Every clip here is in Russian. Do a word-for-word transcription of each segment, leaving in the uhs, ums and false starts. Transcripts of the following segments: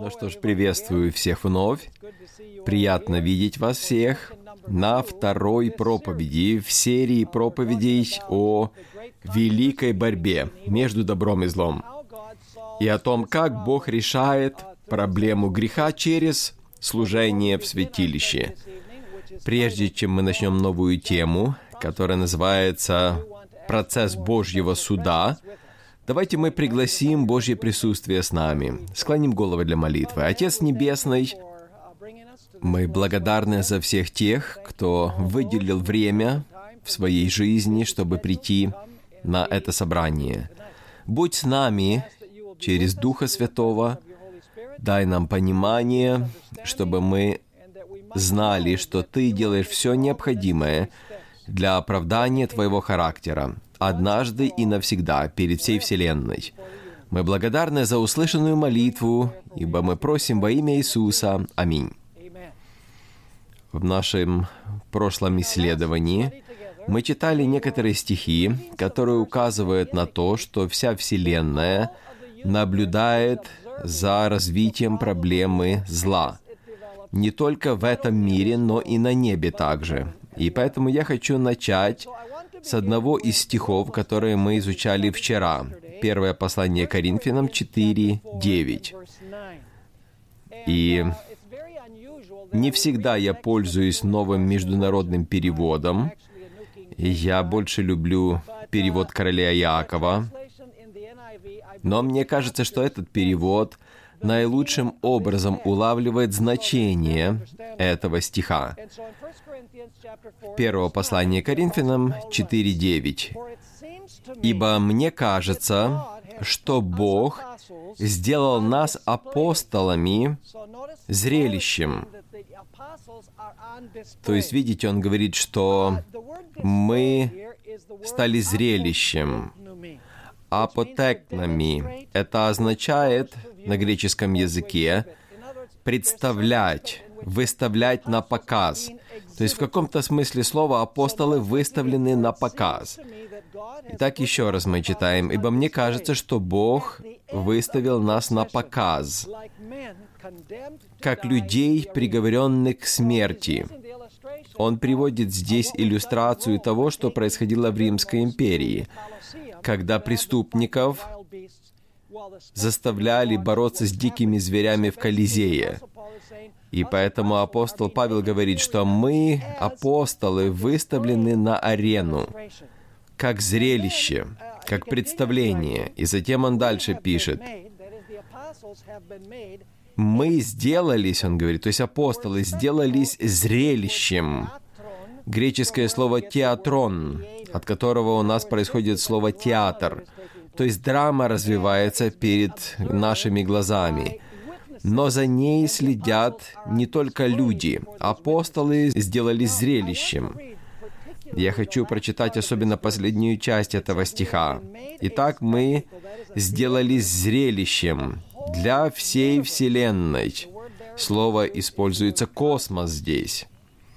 Ну что ж, приветствую всех вновь. Приятно видеть вас всех на второй проповеди в серии проповедей о великой борьбе между добром и злом и о том, как Бог решает проблему греха через служение в святилище. Прежде чем мы начнем новую тему, которая называется «Процесс Божьего суда», давайте мы пригласим Божье присутствие с нами. Склоним головы для молитвы. Отец Небесный, мы благодарны за всех тех, кто выделил время в своей жизни, чтобы прийти на это собрание. Будь с нами через Духа Святого, дай нам понимание, чтобы мы знали, что Ты делаешь все необходимое для оправдания Твоего характера, однажды и навсегда, перед всей Вселенной. Мы благодарны за услышанную молитву, ибо мы просим во имя Иисуса. Аминь. В нашем прошлом исследовании мы читали некоторые стихи, которые указывают на то, что вся Вселенная наблюдает за развитием проблемы зла. Не только в этом мире, но и на небе также. И поэтому я хочу начать с одного из стихов, которые мы изучали вчера. Первое послание Коринфянам четыре девять. И не всегда я пользуюсь новым международным переводом. Я больше люблю перевод короля Иакова. Но мне кажется, что этот перевод наилучшим образом улавливает значение этого стиха. Первое послание Коринфянам четыре девять. «Ибо мне кажется, что Бог сделал нас апостолами зрелищем». То есть, видите, он говорит, что мы стали зрелищем. Апотекнами. Это означает на греческом языке представлять, выставлять на показ. То есть в каком-то смысле слова апостолы выставлены на показ. Итак, еще раз мы читаем. «Ибо мне кажется, что Бог выставил нас на показ, как людей, приговоренных к смерти». Он приводит здесь иллюстрацию того, что происходило в Римской империи, когда преступников заставляли бороться с дикими зверями в Колизее. И поэтому апостол Павел говорит, что мы, апостолы, выставлены на арену, как зрелище, как представление. И затем он дальше пишет, мы сделались, он говорит, то есть апостолы сделались зрелищем. Греческое слово «театрон», от которого у нас происходит слово «театр». То есть драма развивается перед нашими глазами. Но за ней следят не только люди. Апостолы сделались зрелищем. Я хочу прочитать особенно последнюю часть этого стиха. «Итак, мы сделались зрелищем для всей Вселенной». Слово используется «космос» здесь.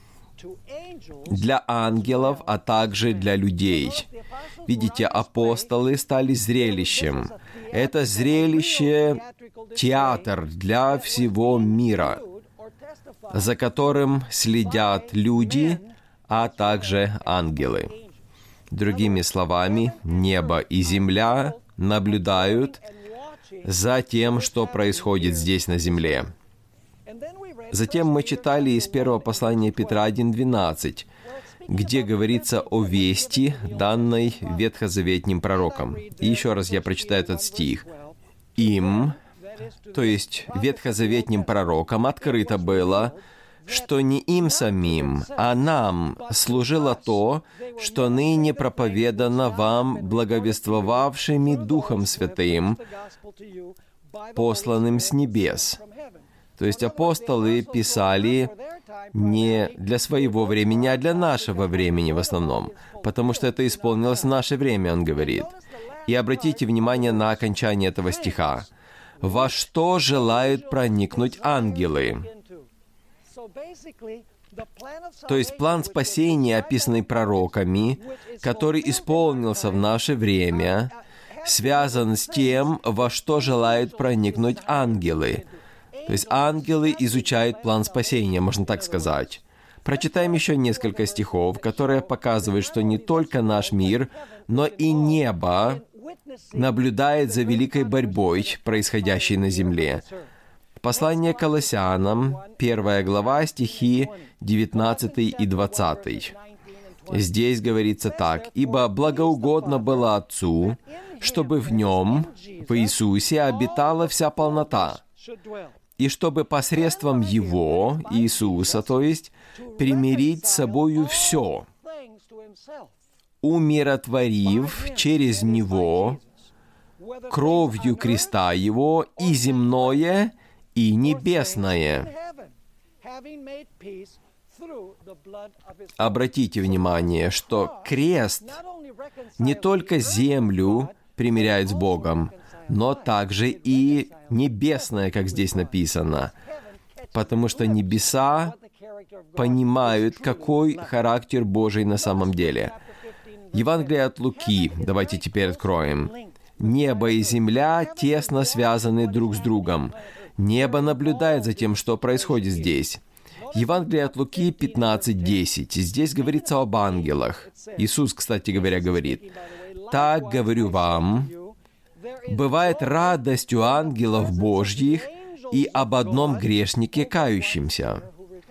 Для ангелов, а также для людей. Видите, апостолы стали зрелищем. Это зрелище — театр для всего мира, за которым следят люди, а также ангелы. Другими словами, небо и земля наблюдают за тем, что происходит здесь на земле. Затем мы читали из первого послания Петра один двенадцать, где говорится о вести, данной ветхозаветним пророкам. И еще раз я прочитаю этот стих. «Им», то есть ветхозаветним пророкам, открыто было, что не им самим, а нам служило то, что ныне проповедано вам благовествовавшими Духом Святым, посланным с небес». То есть апостолы писали не для своего времени, а для нашего времени в основном, потому что это исполнилось в наше время, он говорит. И обратите внимание на окончание этого стиха. «Во что желают проникнуть ангелы?» То есть план спасения, описанный пророками, который исполнился в наше время, связан с тем, во что желают проникнуть ангелы. То есть ангелы изучают план спасения, можно так сказать. Прочитаем еще несколько стихов, которые показывают, что не только наш мир, но и небо наблюдает за великой борьбой, происходящей на земле. Послание к Колоссянам, первая глава, стихи девятнадцатый и двадцатый. Здесь говорится так: «Ибо благоугодно было Отцу, чтобы в Нем, в Иисусе, обитала вся полнота, и чтобы посредством Его, Иисуса, то есть, примирить с собою все, умиротворив через Него кровью креста Его и земное, и небесное». Обратите внимание, что крест не только землю примиряет с Богом, но также и небесное, как здесь написано, потому что небеса понимают, какой характер Божий на самом деле. Евангелие от Луки, давайте теперь откроем. «Небо и земля тесно связаны друг с другом. Небо наблюдает за тем, что происходит здесь». Евангелие от Луки пятнадцать десять. Здесь говорится об ангелах. Иисус, кстати говоря, говорит: «Так говорю вам, бывает радость у ангелов Божьих и об одном грешнике кающемся».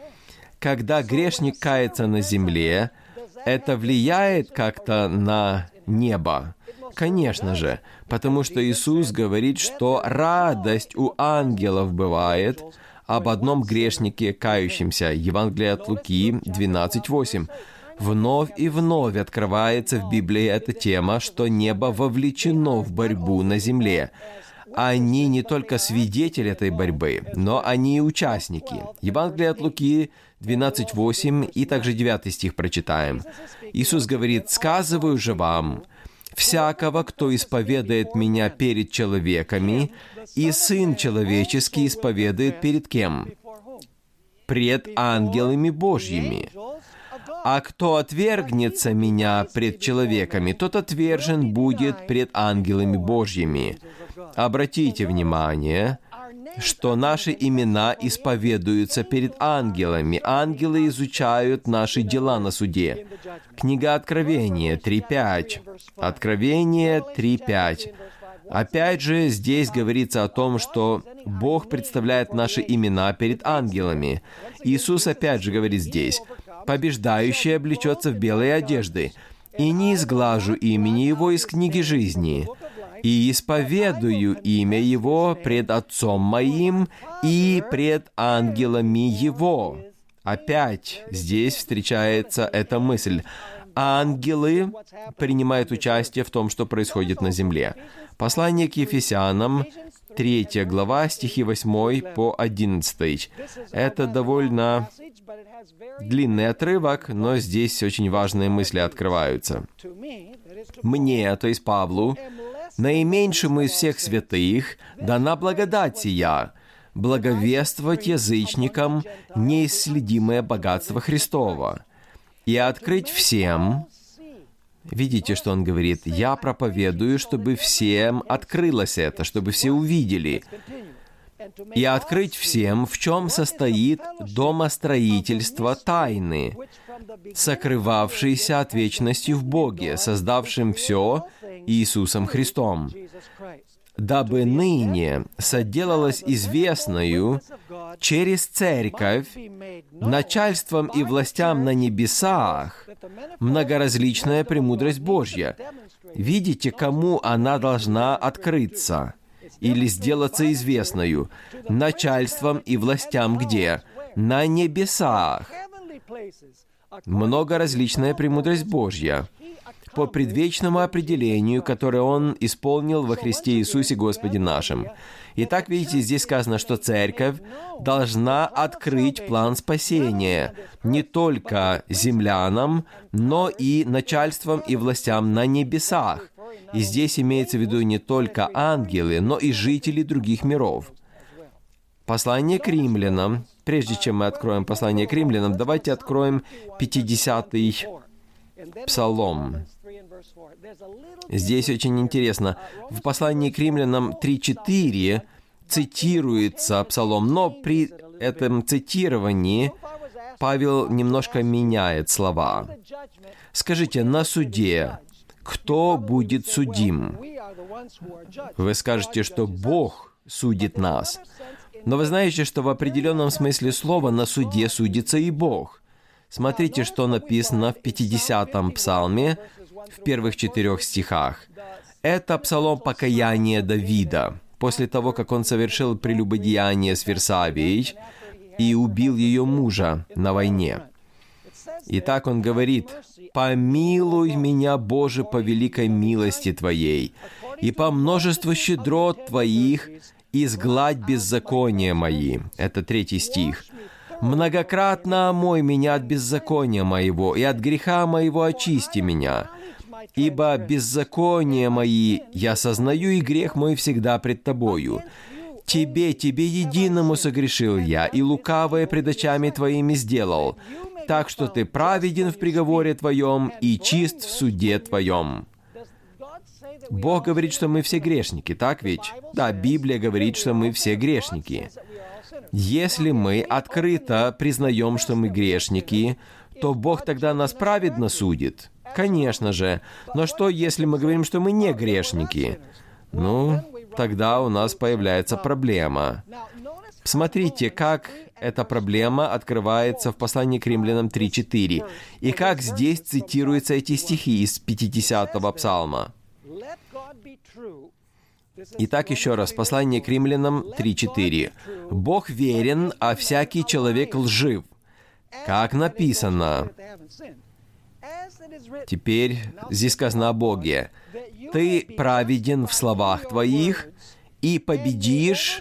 Когда грешник кается на земле, это влияет как-то на небо? Конечно же, потому что Иисус говорит, что радость у ангелов бывает об одном грешнике кающемся. Евангелие от Луки двенадцать восемь. Вновь и вновь открывается в Библии эта тема, что небо вовлечено в борьбу на земле. Они не только свидетели этой борьбы, но они и участники. Евангелие от Луки двенадцать восемь и также девятый стих прочитаем. Иисус говорит: «Сказываю же вам, всякого, кто исповедает Меня перед человеками, и Сын Человеческий исповедует перед кем? Пред ангелами Божьими. А кто отвергнется Меня пред человеками, тот отвержен будет пред ангелами Божьими». Обратите внимание, что наши имена исповедуются перед ангелами. Ангелы изучают наши дела на суде. Книга Откровения три пять. Откровение три пять. Опять же, здесь говорится о том, что Бог представляет наши имена перед ангелами. Иисус опять же говорит здесь: «Побеждающий облечется в белые одежды, и не изглажу имени Его из книги жизни, и исповедую имя Его пред Отцом Моим и пред ангелами Его». Опять здесь встречается эта мысль. Ангелы принимают участие в том, что происходит на земле. Послание к Ефесянам, третья глава, стихи восьмой по одиннадцатый. Это довольно длинный отрывок, но здесь очень важные мысли открываются. «Мне, то есть Павлу, наименьшему из всех святых, дана благодать сия, благовествовать язычникам неисследимое богатство Христова, и открыть всем». Видите, что он говорит? «Я проповедую, чтобы всем открылось это, чтобы все увидели. И открыть всем, в чем состоит домостроительство тайны, сокрывавшейся от вечности в Боге, создавшим все Иисусом Христом, дабы ныне соделалось известною через Церковь начальством и властям на небесах многоразличная премудрость Божья». Видите, кому она должна открыться или сделаться известною? Начальством и властям где? На небесах. Многоразличная премудрость Божья по предвечному определению, которое Он исполнил во Христе Иисусе Господе нашим. Итак, видите, здесь сказано, что Церковь должна открыть план спасения не только землянам, но и начальствам и властям на небесах. И здесь имеется в виду не только ангелы, но и жители других миров. Послание к римлянам. Прежде чем мы откроем послание к римлянам, давайте откроем пятидесятый Псалом. Здесь очень интересно. В послании к римлянам три четыре цитируется псалом, но при этом цитировании Павел немножко меняет слова. Скажите, на суде кто будет судим? Вы скажете, что Бог судит нас. Но вы знаете, что в определенном смысле слова на суде судится и Бог. Смотрите, что написано в пятидесятом псалме, в первых четырех стихах. Это псалом покаяния Давида, после того, как он совершил прелюбодеяние с Версавией и убил ее мужа на войне. Итак, он говорит: «Помилуй меня, Боже, по великой милости Твоей, и по множеству щедрот Твоих изгладь беззакония мои». Это третий стих. «Многократно омой меня от беззакония моего, и от греха моего очисти меня. Ибо беззакония мои я сознаю, и грех мой всегда пред Тобою. Тебе, Тебе единому согрешил я, и лукавое пред очами Твоими сделал, так что Ты праведен в приговоре Твоем и чист в суде Твоем». Бог говорит, что мы все грешники, так ведь? Да, Библия говорит, что мы все грешники. Если мы открыто признаем, что мы грешники, то Бог тогда нас праведно судит. Конечно же. Но что, если мы говорим, что мы не грешники? Ну, тогда у нас появляется проблема. Смотрите, как эта проблема открывается в послании к Римлянам три четыре, и как здесь цитируются эти стихи из пятидесятого псалма. Итак, еще раз, послание к Римлянам три четыре. «Бог верен, а всякий человек лжив, как написано». Теперь здесь сказано о Боге. «Ты праведен в словах твоих и победишь,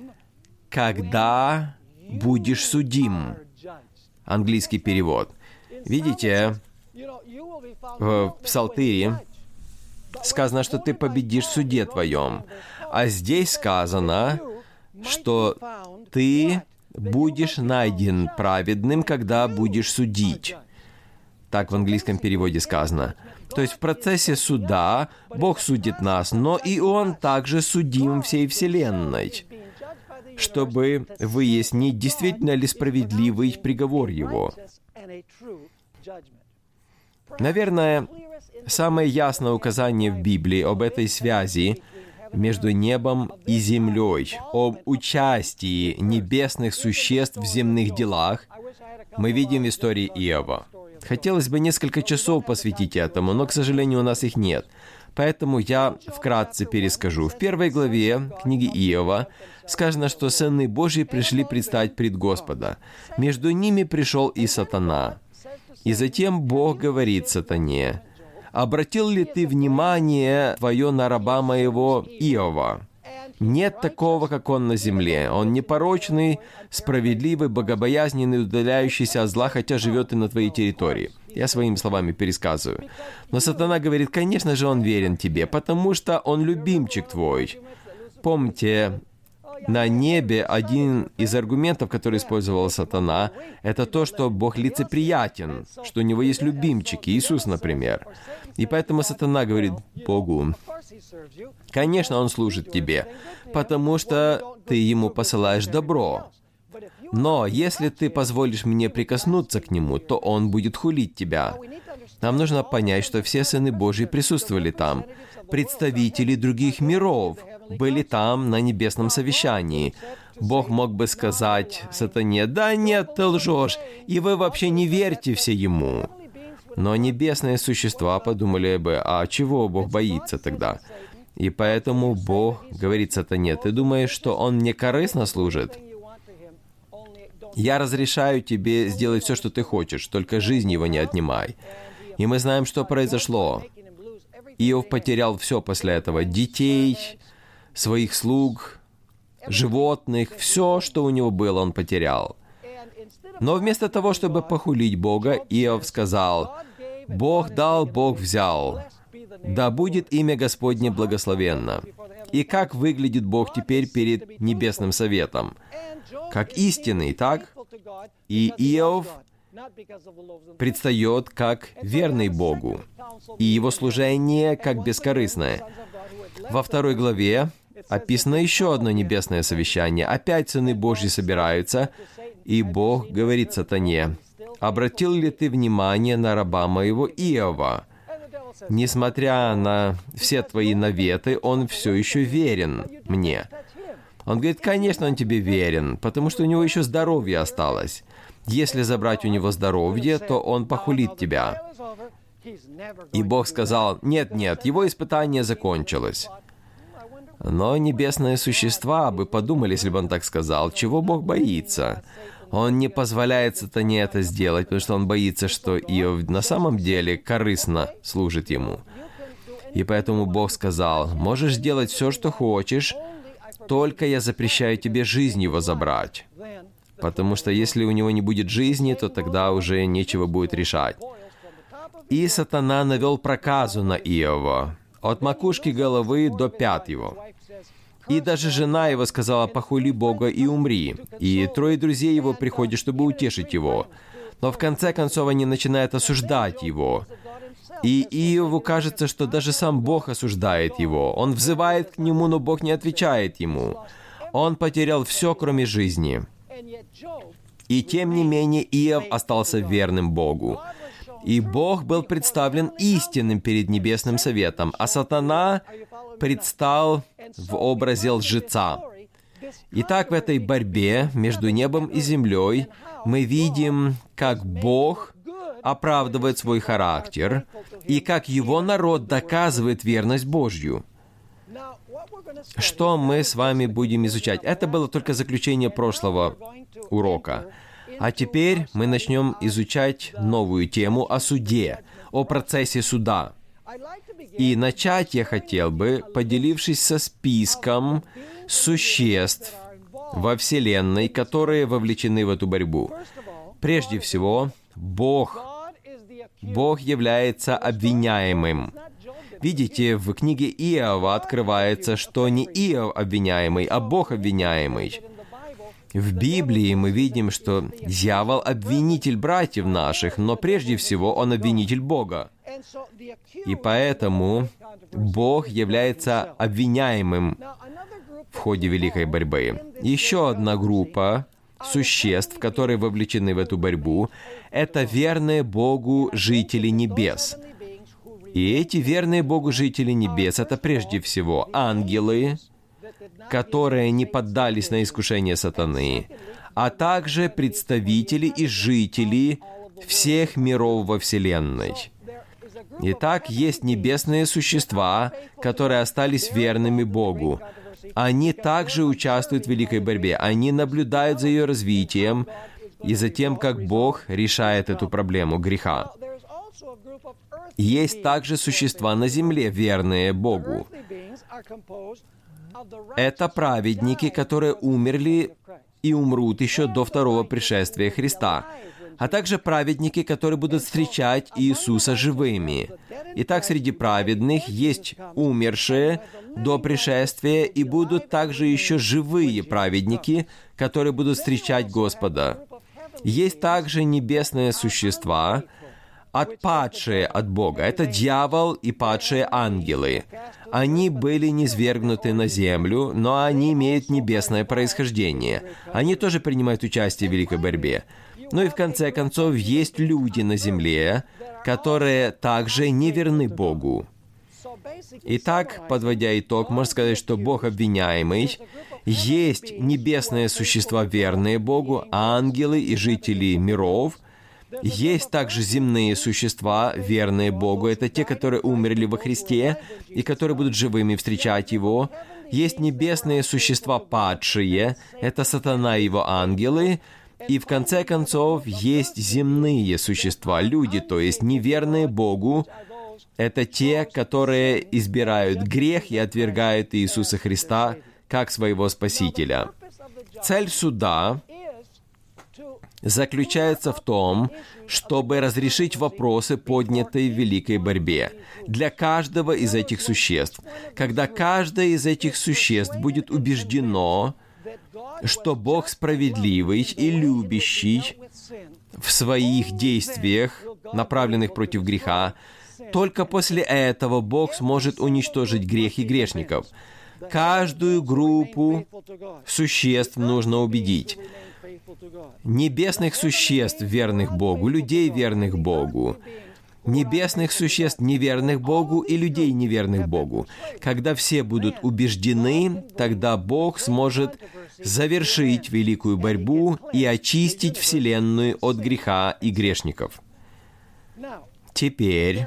когда будешь судим». Английский перевод. Видите, в Псалтире сказано, что ты победишь в суде твоем. А здесь сказано, что ты будешь найден праведным, когда будешь судить. Так в английском переводе сказано. То есть в процессе суда Бог судит нас, но и Он также судим всей Вселенной, чтобы выяснить, действительно ли справедливый приговор Его. Наверное, самое ясное указание в Библии об этой связи между небом и землей, об участии небесных существ в земных делах, мы видим в истории Иова. Хотелось бы несколько часов посвятить этому, но, к сожалению, у нас их нет. Поэтому я вкратце перескажу. В первой главе книги Иова сказано, что сыны Божьи пришли предстать пред Господа. Между ними пришел и сатана. И затем Бог говорит сатане: «Обратил ли ты внимание твое на раба моего Иова? Нет такого, как он на земле. Он непорочный, справедливый, богобоязненный, удаляющийся от зла, хотя живет и на твоей территории». Я своими словами пересказываю. Но сатана говорит: конечно же, он верен тебе, потому что он любимчик твой. Помните, на небе один из аргументов, который использовал сатана, это то, что Бог лицеприятен, что у него есть любимчики, Иисус, например. И поэтому сатана говорит Богу: конечно, он служит тебе, потому что ты ему посылаешь добро. Но если ты позволишь мне прикоснуться к нему, то он будет хулить тебя. Нам нужно понять, что все сыны Божьи присутствовали там. Представители других миров были там на небесном совещании. Бог мог бы сказать сатане: «Да нет, ты лжешь, и вы вообще не верьте все ему». Но небесные существа подумали бы: а чего Бог боится тогда? И поэтому Бог говорит сатане: ты думаешь, что он мне корыстно служит? Я разрешаю тебе сделать все, что ты хочешь, только жизнь его не отнимай. И мы знаем, что произошло. Иов потерял все после этого. Детей, своих слуг, животных, все, что у него было, он потерял. Но вместо того, чтобы похулить Бога, Иов сказал: «Бог дал, Бог взял. Да будет имя Господне благословенно». И как выглядит Бог теперь перед Небесным Советом? Как истинный, так? И Иов предстает как верный Богу, и его служение как бескорыстное. Во второй главе описано еще одно небесное совещание. Опять сыны Божьи собираются, и Бог говорит сатане: «Обратил ли ты внимание на раба моего Иова? Несмотря на все твои наветы, он все еще верен мне». Он говорит: конечно, он тебе верен, потому что у него еще здоровье осталось. Если забрать у него здоровье, то он похулит тебя. И Бог сказал: нет, нет, его испытание закончилось. Но небесные существа бы подумали, если бы он так сказал, чего Бог боится. Он не позволяет сатане это сделать, потому что он боится, что Иов на самом деле корыстно служит ему. И поэтому Бог сказал: можешь делать все, что хочешь, только я запрещаю тебе жизнь его забрать. Потому что если у него не будет жизни, то тогда уже нечего будет решать. И сатана навел проказу на Иова, от макушки головы до пят его. И даже жена его сказала: похули Бога и умри. И трое друзей его приходят, чтобы утешить его. Но в конце концов они начинают осуждать его. И Иову кажется, что даже сам Бог осуждает его. Он взывает к нему, но Бог не отвечает ему. Он потерял все, кроме жизни. И тем не менее Иов остался верным Богу. И Бог был представлен истинным перед Небесным Советом, а сатана предстал в образе лжеца. Итак, в этой борьбе между небом и землей мы видим, как Бог оправдывает свой характер, и как Его народ доказывает верность Божью. Что мы с вами будем изучать? Это было только заключение прошлого урока. А теперь мы начнем изучать новую тему о суде, о процессе суда. И начать я хотел бы, поделившись со списком существ во Вселенной, которые вовлечены в эту борьбу. Прежде всего, Бог. Бог является обвиняемым. Видите, в книге Иова открывается, что не Иов обвиняемый, а Бог обвиняемый. В Библии мы видим, что дьявол обвинитель братьев наших, но прежде всего он обвинитель Бога. И поэтому Бог является обвиняемым в ходе великой борьбы. Еще одна группа существ, которые вовлечены в эту борьбу, это верные Богу жители небес. И эти верные Богу жители небес — это прежде всего ангелы, которые не поддались на искушение сатаны, а также представители и жители всех миров во Вселенной. Итак, есть небесные существа, которые остались верными Богу. Они также участвуют в великой борьбе. Они наблюдают за ее развитием и за тем, как Бог решает эту проблему греха. Есть также существа на земле, верные Богу. Это праведники, которые умерли и умрут еще до второго пришествия Христа, а также праведники, которые будут встречать Иисуса живыми. Итак, среди праведных есть умершие до пришествия, и будут также еще живые праведники, которые будут встречать Господа. Есть также небесные существа, отпадшие от Бога. Это дьявол и падшие ангелы. Они были низвергнуты на землю, но они имеют небесное происхождение. Они тоже принимают участие в великой борьбе. Ну и в конце концов, есть люди на земле, которые также не верны Богу. Итак, подводя итог, можно сказать, что Бог обвиняемый. Есть небесные существа, верные Богу, ангелы и жители миров. Есть также земные существа, верные Богу. Это те, которые умерли во Христе и которые будут живыми встречать Его. Есть небесные существа падшие. Это сатана и его ангелы. И в конце концов, есть земные существа, люди, то есть неверные Богу. Это те, которые избирают грех и отвергают Иисуса Христа как своего Спасителя. Цель суда заключается в том, чтобы разрешить вопросы, поднятые в великой борьбе, для каждого из этих существ. Когда каждое из этих существ будет убеждено, что Бог справедливый и любящий в своих действиях, направленных против греха, только после этого Бог сможет уничтожить грех и грешников. Каждую группу существ нужно убедить. Небесных существ, верных Богу, людей, верных Богу. Небесных существ, неверных Богу, и людей, неверных Богу. Когда все будут убеждены, тогда Бог сможет завершить великую борьбу и очистить Вселенную от греха и грешников. Теперь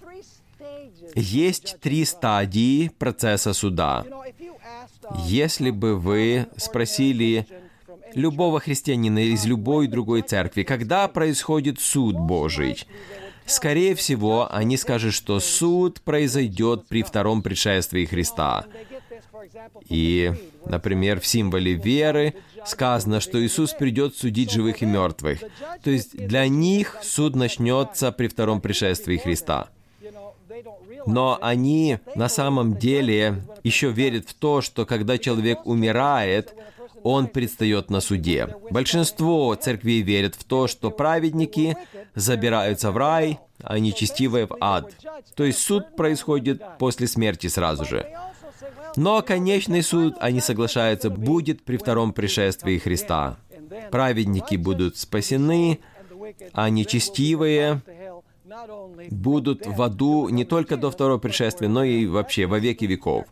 есть три стадии процесса суда. Если бы вы спросили любого христианина из любой другой церкви, когда происходит суд Божий, скорее всего, они скажут, что суд произойдет при втором пришествии Христа. И, например, в символе веры сказано, что Иисус придет судить живых и мертвых. То есть для них суд начнется при втором пришествии Христа. Но они на самом деле еще верят в то, что когда человек умирает, он предстает на суде. Большинство церквей верят в то, что праведники забираются в рай, а нечестивые в ад. То есть суд происходит после смерти сразу же. Но конечный суд, они соглашаются, будет при втором пришествии Христа. Праведники будут спасены, а нечестивые будут в аду не только до второго пришествия, но и вообще во веки веков.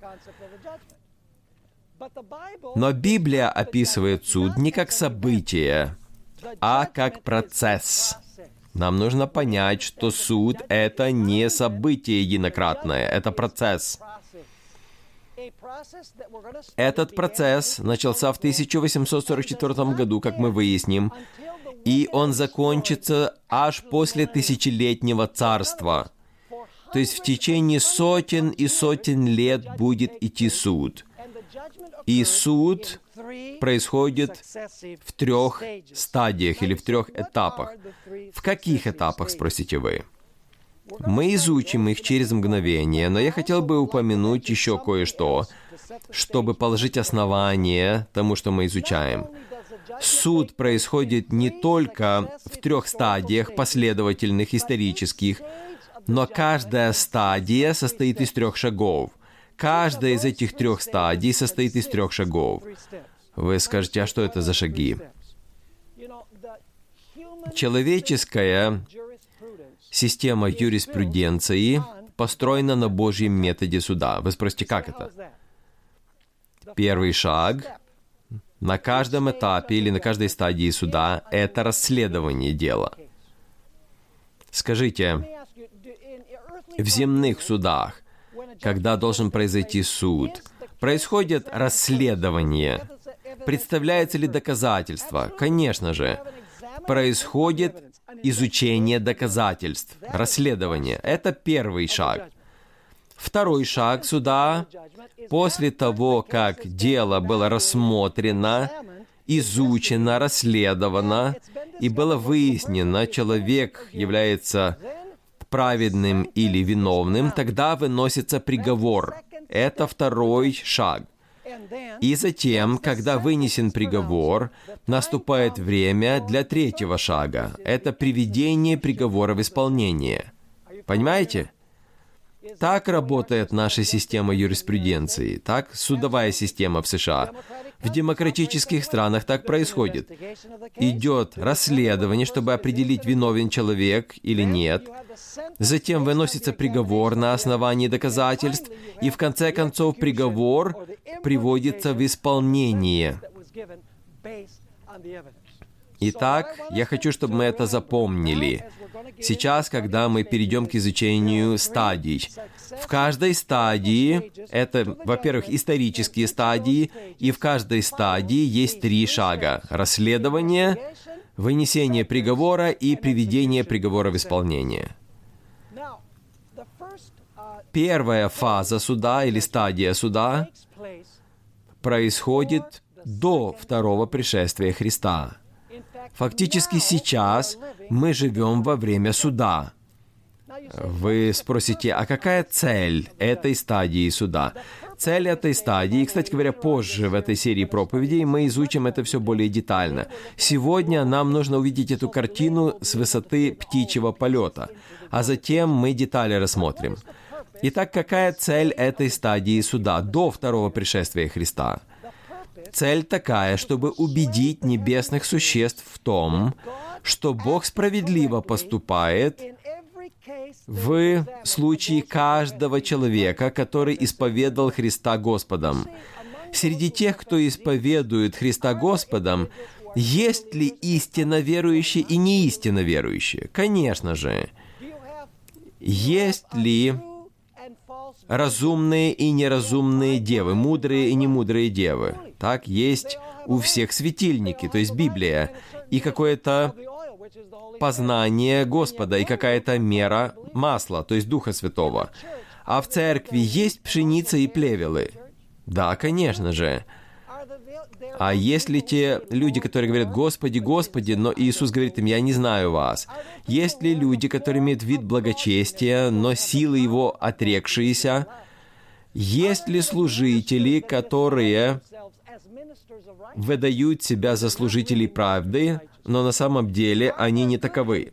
Но Библия описывает суд не как событие, а как процесс. Нам нужно понять, что суд — это не событие единократное, это процесс. Этот процесс начался в тысяча восемьсот сорок четвёртом году, как мы выясним, и он закончится аж после тысячелетнего царства. То есть в течение сотен и сотен лет будет идти суд. И суд происходит в трех стадиях или в трех этапах. В каких этапах, спросите вы? Мы изучим их через мгновение, но я хотел бы упомянуть еще кое-что, чтобы положить основание тому, что мы изучаем. Суд происходит не только в трех стадиях, последовательных, исторических, но каждая стадия состоит из трех шагов. Каждая из этих трех стадий состоит из трех шагов. Вы скажете, а что это за шаги? Человеческая система юриспруденции построена на Божьем методе суда. Вы спросите, как это? Первый шаг на каждом этапе или на каждой стадии суда — это расследование дела. Скажите, в земных судах, когда должен произойти суд, происходит расследование. Представляется ли доказательство? Конечно же. Происходит изучение доказательств, расследование. Это первый шаг. Второй шаг суда, после того, как дело было рассмотрено, изучено, расследовано, и было выяснено, человек является праведным или виновным, тогда выносится приговор. Это второй шаг. И затем, когда вынесен приговор, наступает время для третьего шага. Это приведение приговора в исполнение. Понимаете? Так работает наша система юриспруденции, так судовая система в США. В демократических странах так происходит. Идет расследование, чтобы определить, виновен человек или нет. Затем выносится приговор на основании доказательств, и в конце концов приговор приводится в исполнение. Итак, я хочу, чтобы мы это запомнили. Сейчас, когда мы перейдем к изучению стадий, в каждой стадии, это, во-первых, исторические стадии, и в каждой стадии есть три шага. Расследование, вынесение приговора и приведение приговора в исполнение. Первая фаза суда или стадия суда происходит до второго пришествия Христа. Фактически сейчас мы живем во время суда. Вы спросите, а какая цель этой стадии суда? Цель этой стадии, кстати говоря, позже в этой серии проповедей мы изучим это все более детально. Сегодня нам нужно увидеть эту картину с высоты птичьего полета, а затем мы детали рассмотрим. Итак, какая цель этой стадии суда до второго пришествия Христа? Цель такая, чтобы убедить небесных существ в том, что Бог справедливо поступает в случае каждого человека, который исповедовал Христа Господом. Среди тех, кто исповедует Христа Господом, есть ли истинно верующие и неистинно верующие? Конечно же. Есть ли разумные и неразумные девы, мудрые и немудрые девы? Так, есть у всех светильники, то есть Библия, и какое-то познание Господа, и какая-то мера масла, то есть Духа Святого. А в церкви есть пшеница и плевелы? Да, конечно же. А есть ли те люди, которые говорят: «Господи, Господи», но Иисус говорит им: «Я не знаю вас»? Есть ли люди, которые имеют вид благочестия, но силы его отрекшиеся? Есть ли служители, которые выдают себя за служителей правды, но на самом деле они не таковы?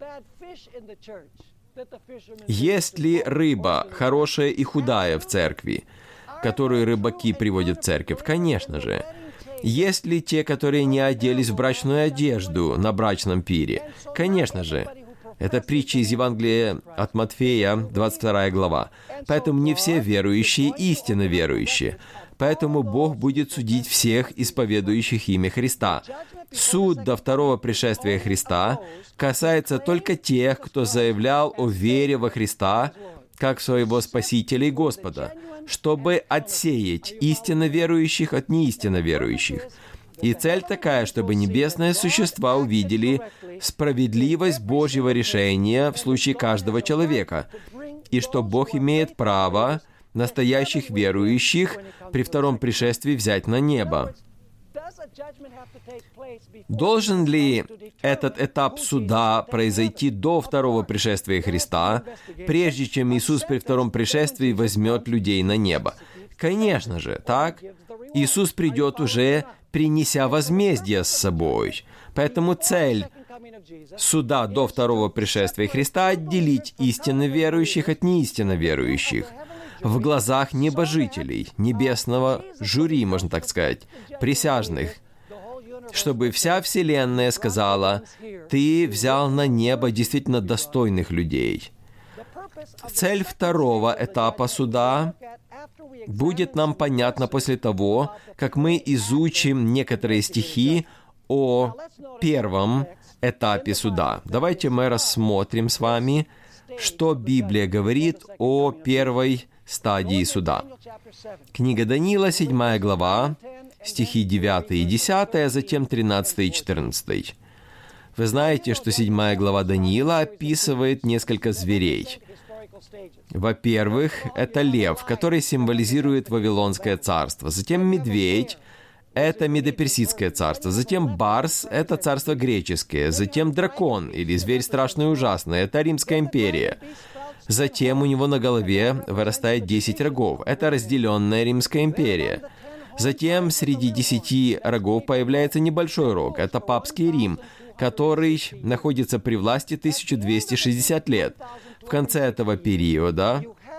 Есть ли рыба, хорошая и худая в церкви, которую рыбаки приводят в церковь? Конечно же. Есть ли те, которые не оделись в брачную одежду на брачном пире? Конечно же. Это притча из Евангелия от Матфея, двадцать вторая глава. Поэтому не все верующие истинно верующие. Поэтому Бог будет судить всех исповедующих имя Христа. Суд до второго пришествия Христа касается только тех, кто заявлял о вере во Христа как своего Спасителя и Господа, чтобы отсеять истинно верующих от неистинно верующих. И цель такая, чтобы небесные существа увидели справедливость Божьего решения в случае каждого человека, и что Бог имеет право настоящих верующих при втором пришествии взять на небо. Должен ли этот этап суда произойти до второго пришествия Христа, прежде чем Иисус при втором пришествии возьмет людей на небо? Конечно же, так? Иисус придет уже, принеся возмездие с собой. Поэтому цель суда до второго пришествия Христа — отделить истинно верующих от неистинно верующих в глазах небожителей, небесного жюри, можно так сказать, присяжных, чтобы вся Вселенная сказала: «Ты взял на небо действительно достойных людей». Цель второго этапа суда будет нам понятна после того, как мы изучим некоторые стихи о первом этапе суда. Давайте мы рассмотрим с вами, что Библия говорит о первой стадии суда. Книга Даниила, седьмая глава, стихи девятый и десятый, а затем тринадцатый и четырнадцатый. Вы знаете, что седьмая глава Даниила описывает несколько зверей. Во-первых, это лев, который символизирует Вавилонское царство. Затем медведь — это Медоперсидское царство. Затем барс — это царство греческое. Затем дракон, или зверь страшный и ужасный — это Римская империя. Затем у него на голове вырастает десять рогов. Это разделенная Римская империя. Затем среди десяти рогов появляется небольшой рог. Это Папский Рим, который находится при власти тысячу двести шестьдесят лет. В конце этого периода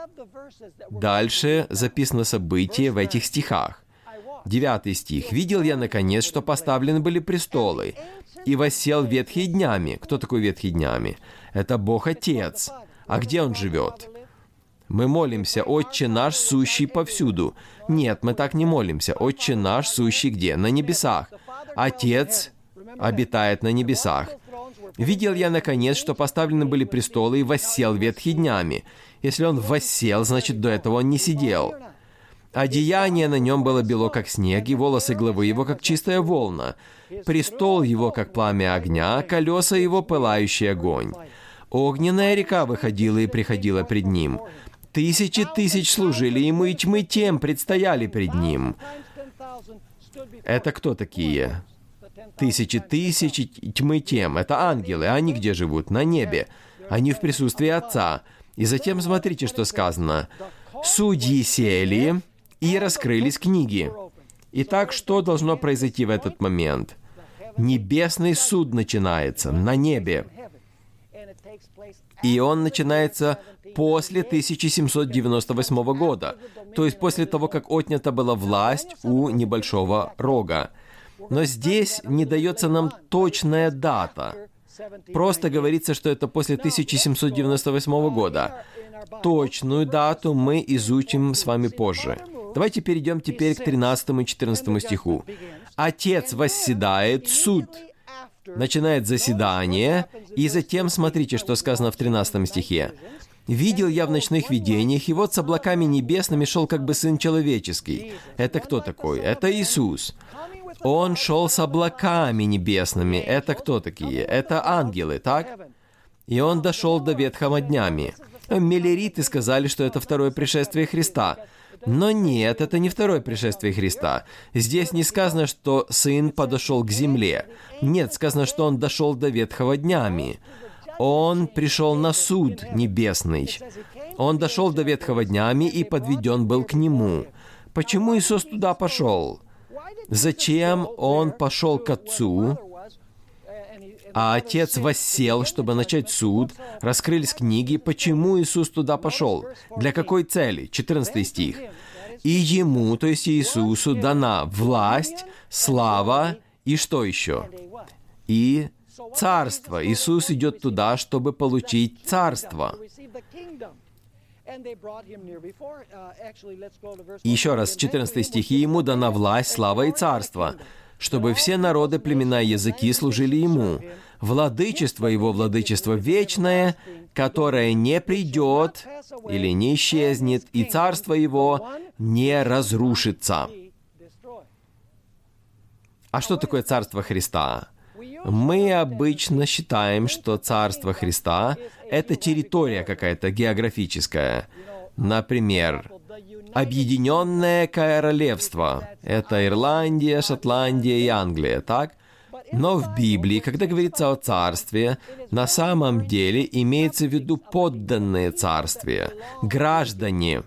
дальше записано событие в этих стихах. Девятый стих. «Видел я, наконец, что поставлены были престолы, и воссел ветхий днями». Кто такой ветхий днями? Это Бог-Отец. А где Он живет? Мы молимся: «Отче наш, сущий повсюду». Нет, мы так не молимся. «Отче наш, сущий где?» На небесах. Отец обитает на небесах. «Видел я, наконец, что поставлены были престолы, и воссел ветхий днями». Если Он воссел, значит, до этого Он не сидел. «Одеяние на нем было бело, как снег, и волосы главы его, как чистая волна. Престол его, как пламя огня, колеса его, пылающий огонь. Огненная река выходила и приходила пред ним. Тысячи тысяч служили ему, и тьмы тем предстояли пред ним». Это кто такие? Тысячи тысяч тьмы тем. Это ангелы. Они где живут? На небе. Они в присутствии Отца. И затем смотрите, что сказано. «Судьи сели, и раскрылись книги». Итак, что должно произойти в этот момент? Небесный суд начинается на небе. И он начинается после тысяча семьсот девяносто восьмого года, то есть после того, как отнята была власть у небольшого рога. Но здесь не дается нам точная дата. Просто говорится, что это после тысяча семьсот девяносто восьмого года. Точную дату мы изучим с вами позже. Давайте перейдем теперь к тринадцатому и четырнадцатому стиху. «Отец восседает, суд начинает заседание, и затем смотрите, что сказано в тринадцатом стихе. «Видел я в ночных видениях, и вот с облаками небесными шел как бы Сын Человеческий». Это кто такой? Это Иисус. Он шел с облаками небесными. Это кто такие? Это ангелы, так? И он дошел до ветхого днями. Миллериты сказали, что это второе пришествие Христа. Но нет, это не второе пришествие Христа. Здесь не сказано, что Сын подошел к земле. Нет, сказано, что Он дошел до ветхого днями. Он пришел на суд небесный. Он дошел до ветхого днями и подведен был к Нему. Почему Иисус туда пошел? Зачем Он пошел к Отцу? А Отец воссел, чтобы начать суд. Раскрылись книги. Почему Иисус туда пошел? Для какой цели? четырнадцатый стих. «И Ему, то есть Иисусу, дана власть, слава и что еще? И царство». Иисус идет туда, чтобы получить царство. Еще раз, четырнадцатый стих. «И Ему дана власть, слава и царство, чтобы все народы, племена и языки служили Ему. Владычество Его, владычество вечное, которое не придет или не исчезнет, и царство Его не разрушится». А что такое царство Христа? Мы обычно считаем, что царство Христа — это территория какая-то географическая. Например, Объединенное Королевство — это Ирландия, Шотландия и Англия, так? Но в Библии, когда говорится о царстве, на самом деле имеется в виду подданные царствия, граждане.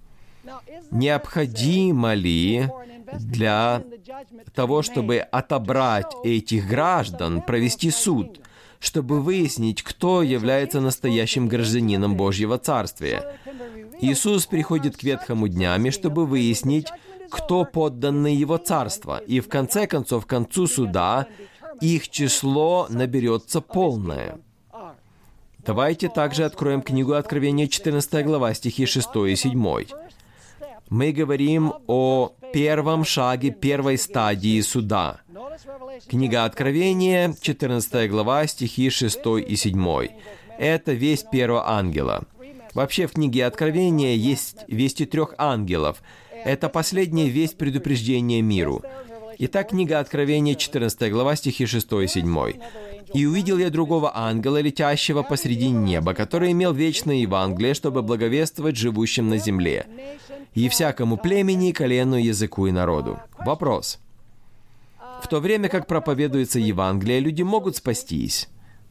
Необходимо ли для того, чтобы отобрать этих граждан, провести суд, чтобы выяснить, кто является настоящим гражданином Божьего Царствия? Иисус приходит к ветхому днями, чтобы выяснить, кто подданный Его Царства, и в конце концов, к концу суда, их число наберется полное. Давайте также откроем книгу Откровения, четырнадцатая глава, стихи шестой и седьмой. Мы говорим о первом шаге первой стадии суда. Книга Откровения, четырнадцатая глава, стихи шестой и седьмой. Это весть первого ангела. Вообще в книге Откровения есть вести трех ангелов. Это последняя весть предупреждения миру. Итак, книга Откровения, четырнадцатая глава, стихи шестой и седьмой. «И увидел я другого ангела, летящего посреди неба, который имел вечное Евангелие, чтобы благовествовать живущим на земле, и всякому племени, колену, языку и народу». Вопрос. В то время как проповедуется Евангелие, люди могут спастись?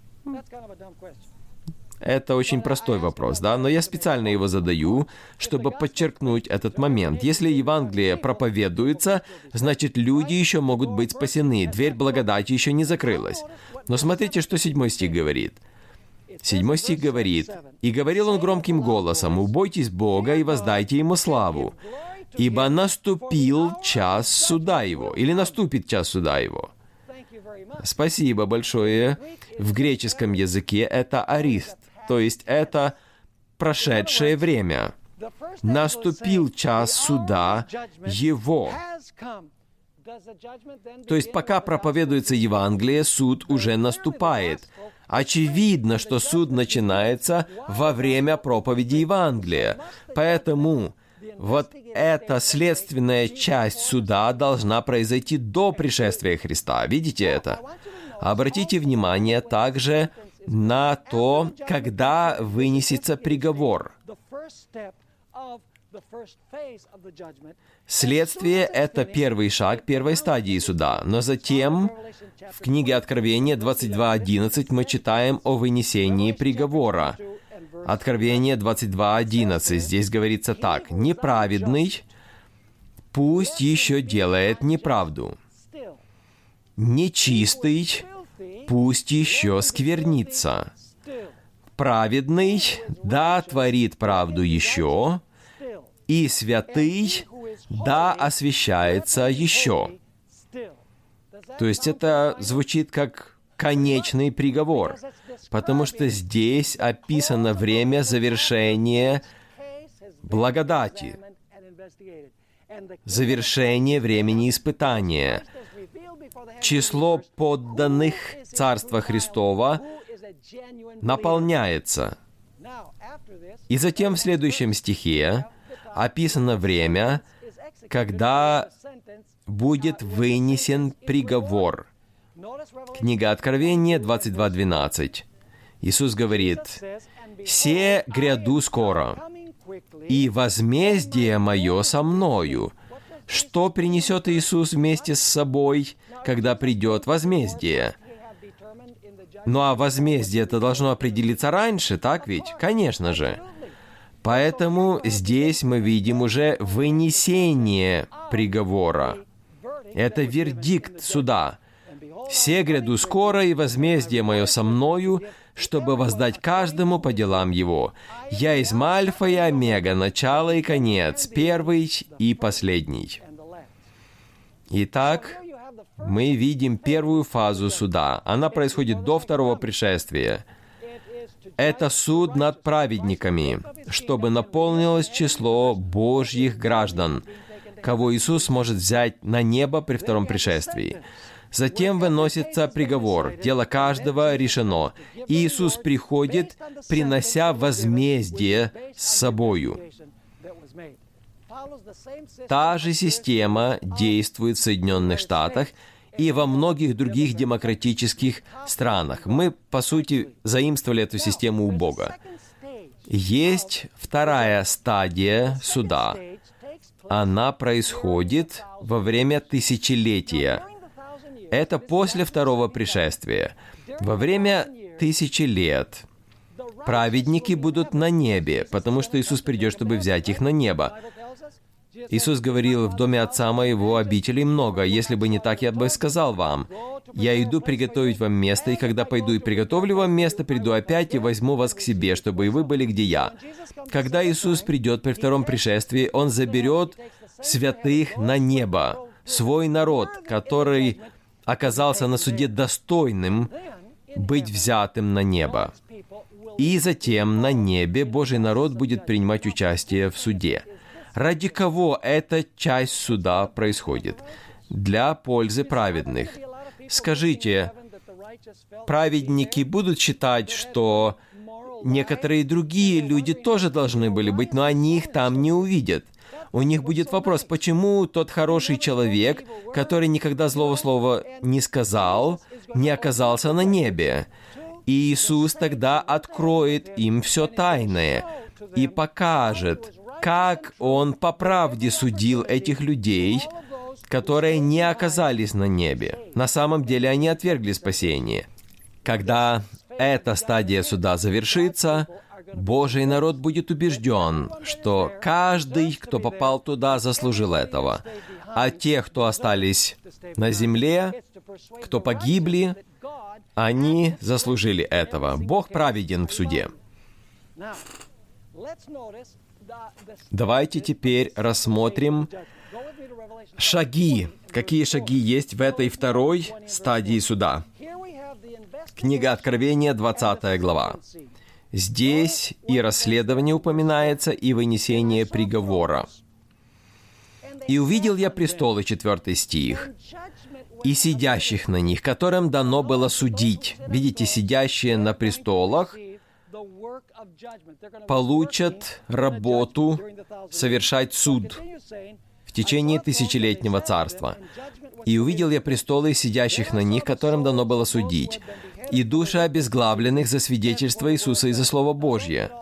Это очень простой вопрос, да? Но я специально его задаю, чтобы подчеркнуть этот момент. Если Евангелие проповедуется, значит, люди еще могут быть спасены. Дверь благодати еще не закрылась. Но смотрите, что седьмой стих говорит. Седьмой стих говорит: «И говорил он громким голосом: убойтесь Бога и воздайте Ему славу, ибо наступил час суда Его». Или наступит час суда Его. Спасибо большое. В греческом языке это арист. То есть это прошедшее время. Наступил час суда Его. То есть пока проповедуется Евангелие, суд уже наступает. Очевидно, что суд начинается во время проповеди Евангелия. Поэтому вот эта следственная часть суда должна произойти до пришествия Христа. Видите это? Обратите внимание также на то, когда вынесется приговор. Следствие — это первый шаг первой стадии суда. Но затем в книге Откровения двадцать два одиннадцать мы читаем о вынесении приговора. Откровение двадцать два одиннадцать. Здесь говорится так: «Неправедный пусть еще делает неправду. Нечистый пусть еще сквернится. праведный, да творит правду еще, и святый, да освящается еще. То есть это звучит как конечный приговор, потому что здесь описано время завершения благодати, завершение времени испытания. Число подданных Царства Христова наполняется. И затем в следующем стихе описано время, когда будет вынесен приговор. Книга Откровения двадцать два двенадцать. Иисус говорит: «Се гряду скоро, и возмездие мое со мною». Что принесет Иисус вместе с собой, когда придет возмездие? Ну а возмездие это должно определиться раньше, так ведь? Конечно же. Поэтому здесь мы видим уже вынесение приговора. Это вердикт суда. «Се гряду скоро, и возмездие мое со мною, чтобы воздать каждому по делам его. Я из Альфа и Омега, начало и конец, первый и последний». Итак, мы видим первую фазу суда. Она происходит до второго пришествия. Это суд над праведниками, чтобы наполнилось число Божьих граждан, кого Иисус может взять на небо при втором пришествии. Затем выносится приговор, дело каждого решено. И Иисус приходит, принося возмездие с собою. Та же система действует в Соединенных Штатах и во многих других демократических странах. Мы, по сути, заимствовали эту систему у Бога. Есть вторая стадия суда. Она происходит во время тысячелетия. Это после второго пришествия. Во время тысячи лет праведники будут на небе, потому что Иисус придет, чтобы взять их на небо. Иисус говорил: «В доме Отца Моего обителей много. Если бы не так, я бы сказал вам. Я иду приготовить вам место, и когда пойду и приготовлю вам место, приду опять и возьму вас к себе, чтобы и вы были, где я». Когда Иисус придет при втором пришествии, Он заберет святых на небо, свой народ, который оказался на суде достойным быть взятым на небо. И затем на небе Божий народ будет принимать участие в суде. Ради кого эта часть суда происходит? Для пользы праведных. Скажите, праведники будут считать, что некоторые другие люди тоже должны были быть, но они их там не увидят. У них будет вопрос, почему тот хороший человек, который никогда злого слова не сказал, не оказался на небе? И Иисус тогда откроет им все тайное и покажет, как Он по правде судил этих людей, которые не оказались на небе. На самом деле они отвергли спасение. Когда эта стадия суда завершится, Божий народ будет убежден, что каждый, кто попал туда, заслужил этого. А те, кто остались на земле, кто погибли, они заслужили этого. Бог праведен в суде. Давайте теперь рассмотрим шаги. Какие шаги есть в этой второй стадии суда? Книга Откровения, двадцатая глава. Здесь и расследование упоминается, и вынесение приговора. «И увидел я престолы», четвертый стих, «и сидящих на них, которым дано было судить». Видите, сидящие на престолах получат работу совершать суд в течение тысячелетнего царства. «И увидел я престолы, сидящих на них, которым дано было судить, и души обезглавленных за свидетельство Иисуса и за Слово Божье».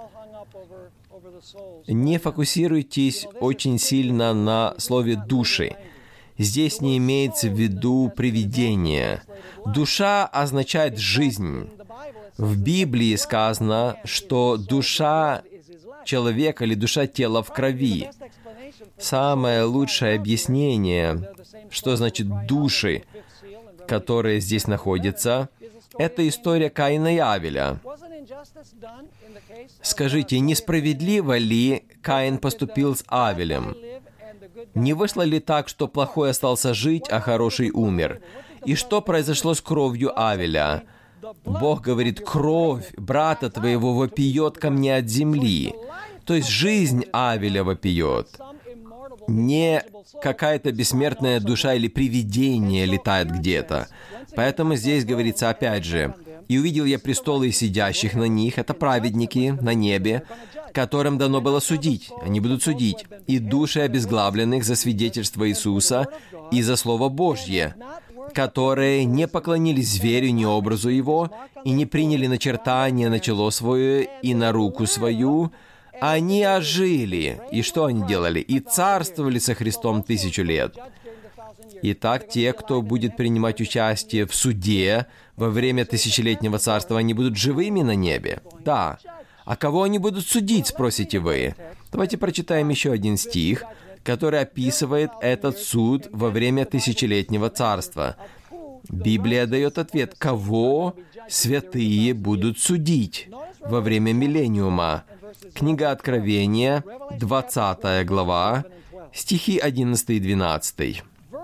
Не фокусируйтесь очень сильно на слове «души». Здесь не имеется в виду привидение. Душа означает «жизнь». В Библии сказано, что душа человека или душа тела в крови. Самое лучшее объяснение, что значит «души», которые здесь находятся, это история Каина и Авеля. Скажите, несправедливо ли Каин поступил с Авелем? Не вышло ли так, что плохой остался жить, а хороший умер? И что произошло с кровью Авеля? Бог говорит, кровь брата твоего вопиет ко мне от земли. То есть жизнь Авеля вопиет. Не какая-то бессмертная душа или привидение летает где-то. Поэтому здесь говорится опять же, «И увидел я престолы сидящих на них, это праведники на небе, которым дано было судить, они будут судить, и души обезглавленных за свидетельство Иисуса и за Слово Божье, которые не поклонились зверю ни образу его, и не приняли начертание на чело свое и на руку свою, они ожили». И что они делали? «И царствовали со Христом тысячу лет». Итак, те, кто будет принимать участие в суде во время тысячелетнего царства, они будут живыми на небе? Да. А кого они будут судить, спросите вы? Давайте прочитаем еще один стих, который описывает этот суд во время тысячелетнего царства. Библия дает ответ, кого святые будут судить во время миллениума. Книга Откровения, двадцатая глава, стихи одиннадцатый и двенадцатый.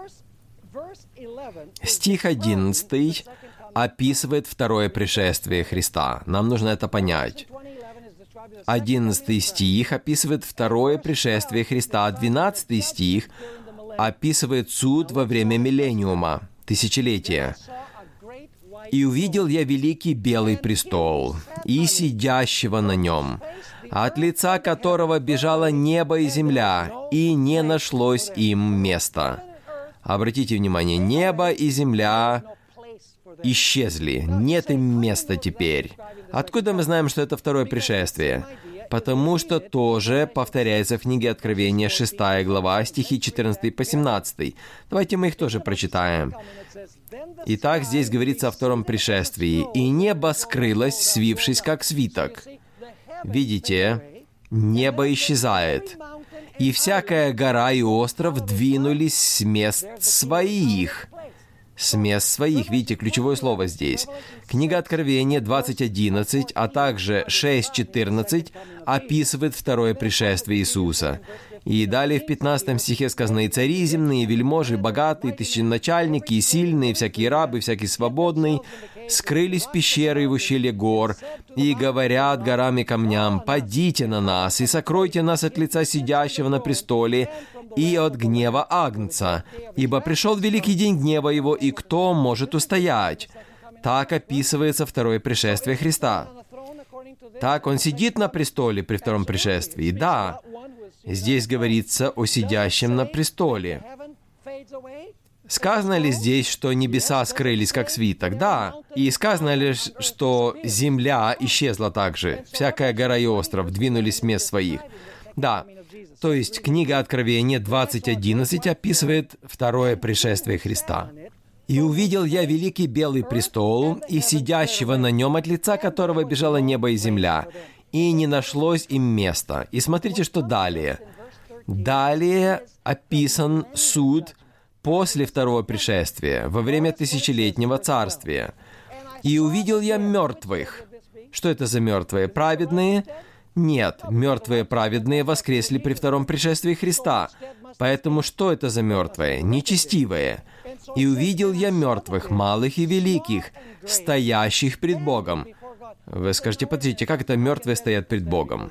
Стих одиннадцатый описывает второе пришествие Христа. Нам нужно это понять. Одиннадцатый стих описывает второе пришествие Христа, а двенадцатый стих описывает суд во время миллениума, тысячелетия. «И увидел я великий белый престол, и сидящего на нем, от лица которого бежало небо и земля, и не нашлось им места». Обратите внимание, небо и земля исчезли, нет им места теперь. Откуда мы знаем, что это второе пришествие? Потому что тоже повторяется в книге Откровения, шестая глава, стихи четырнадцатый по семнадцатый. Давайте мы их тоже прочитаем. Итак, здесь говорится о втором пришествии. «И небо скрылось, свившись как свиток». Видите, небо исчезает. «И всякая гора и остров двинулись с мест своих». С мест своих. Видите, ключевое слово здесь. Книга Откровения двадцать одиннадцать, а также шесть четырнадцать описывает второе пришествие Иисуса. И далее в пятнадцатом стихе сказано, «И цари земные, и вельможи, богатые, тысяченачальники, и сильные, всякие рабы, всякий свободный, скрылись в пещеры и в ущелье гор, и говорят горам и камням, падите на нас, и сокройте нас от лица сидящего на престоле, и от гнева Агнца, ибо пришел великий день гнева его, и кто может устоять?» Так описывается второе пришествие Христа. Так, Он сидит на престоле при втором пришествии. Да, здесь говорится о сидящем на престоле. Сказано ли здесь, что небеса скрылись, как свиток? Да. И сказано ли, что земля исчезла также? Всякая гора и остров двинулись с мест своих? Да. То есть книга Откровения двадцать одиннадцать описывает второе пришествие Христа. «И увидел я великий белый престол, и сидящего на нем, от лица которого бежало небо и земля, и не нашлось им места». И смотрите, что далее. Далее описан суд после второго пришествия, во время тысячелетнего царствия. «И увидел я мертвых». Что это за мертвые? Праведные? Нет, мертвые праведные воскресли при втором пришествии Христа. Поэтому что это за мертвые? Нечестивые. «И увидел я мертвых, малых и великих, стоящих пред Богом». Вы скажете, подождите, как это мертвые стоят пред Богом?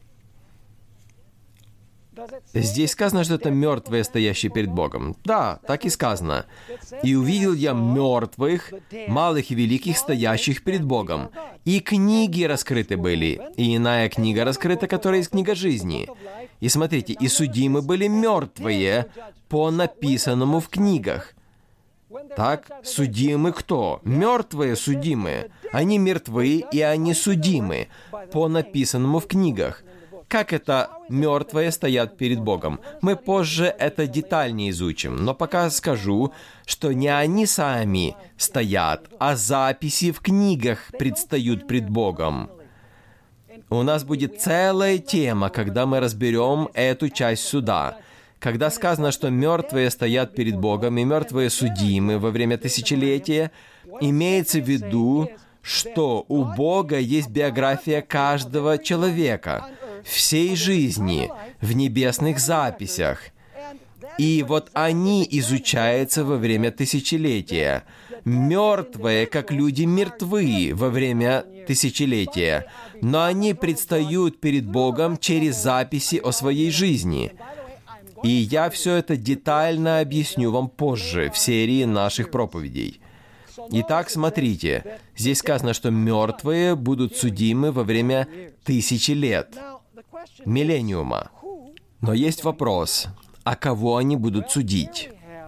Здесь сказано, что это мертвые, стоящие перед Богом. Да, так и сказано. «И увидел я мертвых, малых и великих, стоящих перед Богом. И книги раскрыты были, и иная книга раскрыта, которая есть книга жизни. И смотрите, и судимы были мертвые по написанному в книгах». Так, судимы кто? Мертвые судимы. Они мертвы, и они судимы по написанному в книгах. Как это мертвые стоят перед Богом? Мы позже это детальнее изучим, но пока скажу, что не они сами стоят, а записи в книгах предстают пред Богом. У нас будет целая тема, когда мы разберем эту часть суда. Когда сказано, что мертвые стоят перед Богом и мертвые судимы во время тысячелетия, имеется в виду, что у Бога есть биография каждого человека, всей жизни, в небесных записях. И вот они изучаются во время тысячелетия. Мертвые, как люди, мертвы во время тысячелетия, но они предстают перед Богом через записи о своей жизни. И я все это детально объясню вам позже в серии наших проповедей. Итак, смотрите, здесь сказано, что мертвые будут судимы во время тысячи лет, миллениума. Но есть вопрос, а кого они будут судить?